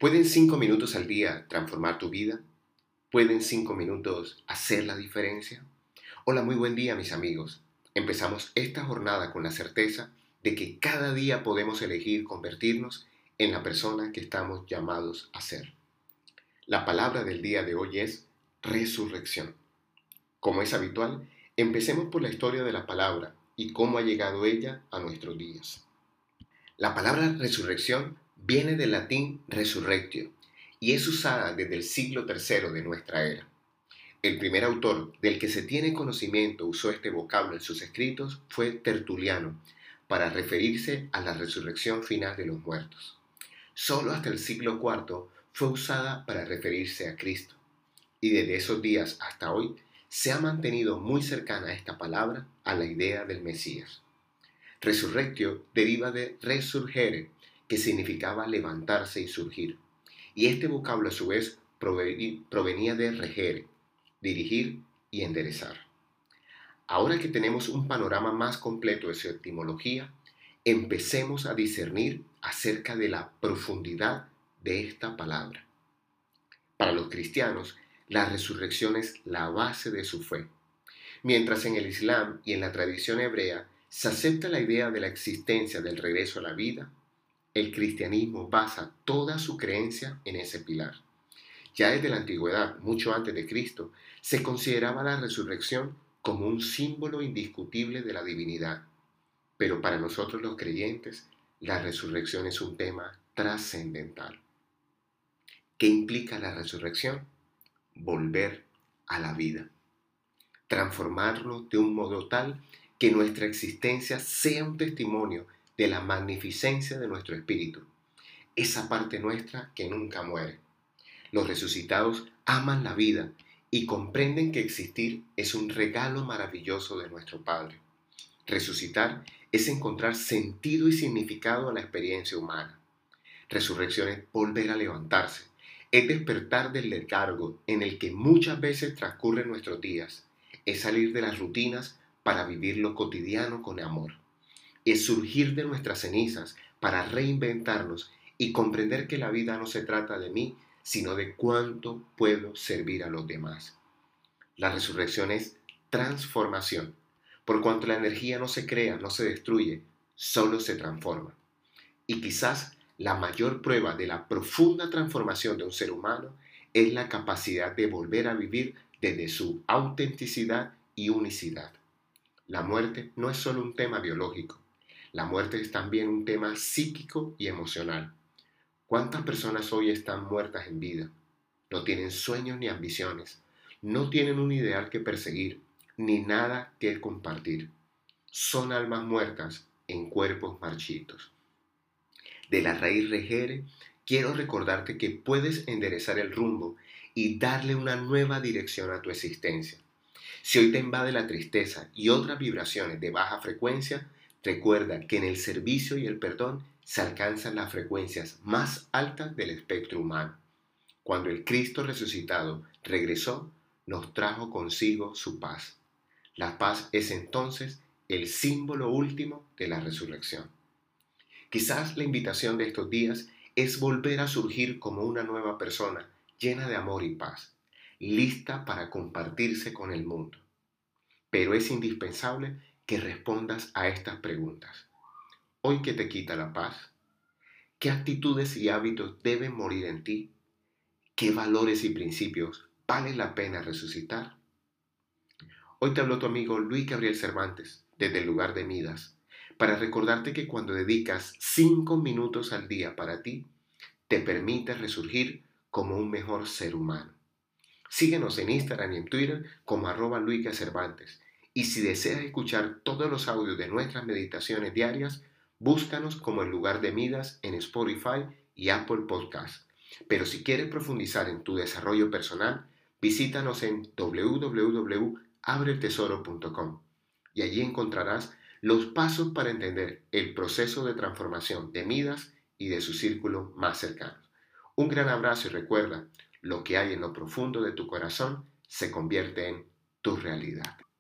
¿Pueden 5 minutos al día transformar tu vida? ¿Pueden 5 minutos hacer la diferencia? Hola, muy buen día mis amigos. Empezamos esta jornada con la certeza de que cada día podemos elegir convertirnos en la persona que estamos llamados a ser. La palabra del día de hoy es resurrección. Como es habitual, empecemos por la historia de la palabra y cómo ha llegado ella a nuestros días. La palabra resurrección viene del latín resurrectio y es usada desde el siglo III de nuestra era. El primer autor del que se tiene conocimiento usó este vocablo en sus escritos fue Tertuliano, para referirse a la resurrección final de los muertos. Solo hasta el siglo IV fue usada para referirse a Cristo, y desde esos días hasta hoy se ha mantenido muy cercana esta palabra a la idea del Mesías. Resurrectio deriva de resurgere, que significaba levantarse y surgir, y este vocablo a su vez provenía de regere, dirigir y enderezar. Ahora que tenemos un panorama más completo de su etimología, empecemos a discernir acerca de la profundidad de esta palabra. Para los cristianos, la resurrección es la base de su fe, mientras en el Islam y en la tradición hebrea se acepta la idea de la existencia del regreso a la vida. El cristianismo basa toda su creencia en ese pilar. Ya desde la antigüedad, mucho antes de Cristo, se consideraba la resurrección como un símbolo indiscutible de la divinidad. Pero para nosotros los creyentes, la resurrección es un tema trascendental. ¿Qué implica la resurrección? Volver a la vida. Transformarnos de un modo tal que nuestra existencia sea un testimonio de la magnificencia de nuestro espíritu, esa parte nuestra que nunca muere. Los resucitados aman la vida y comprenden que existir es un regalo maravilloso de nuestro Padre. Resucitar es encontrar sentido y significado a la experiencia humana. Resurrección es volver a levantarse, es despertar del letargo en el que muchas veces transcurren nuestros días, es salir de las rutinas para vivir lo cotidiano con amor. Es surgir de nuestras cenizas para reinventarnos y comprender que la vida no se trata de mí, sino de cuánto puedo servir a los demás. La resurrección es transformación, por cuanto la energía no se crea, no se destruye, solo se transforma. Y quizás la mayor prueba de la profunda transformación de un ser humano es la capacidad de volver a vivir desde su autenticidad y unicidad. La muerte no es solo un tema biológico, la muerte es también un tema psíquico y emocional. ¿Cuántas personas hoy están muertas en vida? No tienen sueños ni ambiciones, no tienen un ideal que perseguir, ni nada que compartir. Son almas muertas en cuerpos marchitos. De la raíz regere, quiero recordarte que puedes enderezar el rumbo y darle una nueva dirección a tu existencia. Si hoy te invade la tristeza y otras vibraciones de baja frecuencia, recuerda que en el servicio y el perdón se alcanzan las frecuencias más altas del espectro humano. Cuando el Cristo resucitado regresó, nos trajo consigo su paz. La paz es entonces el símbolo último de la resurrección. Quizás la invitación de estos días es volver a surgir como una nueva persona, llena de amor y paz, lista para compartirse con el mundo. Pero es indispensable que respondas a estas preguntas. ¿Hoy qué te quita la paz? ¿Qué actitudes y hábitos deben morir en ti? ¿Qué valores y principios vale la pena resucitar? Hoy te habló tu amigo Luis Gabriel Cervantes, desde el lugar de Midas, para recordarte que cuando dedicas 5 minutos al día para ti, te permites resurgir como un mejor ser humano. Síguenos en Instagram y en Twitter como @LuisGaCervantes. Y si deseas escuchar todos los audios de nuestras meditaciones diarias, búscanos como El Lugar de Midas en Spotify y Apple Podcasts. Pero si quieres profundizar en tu desarrollo personal, visítanos en www.abreeltesoro.com y allí encontrarás los pasos para entender el proceso de transformación de Midas y de su círculo más cercano. Un gran abrazo y recuerda, lo que hay en lo profundo de tu corazón se convierte en tu realidad.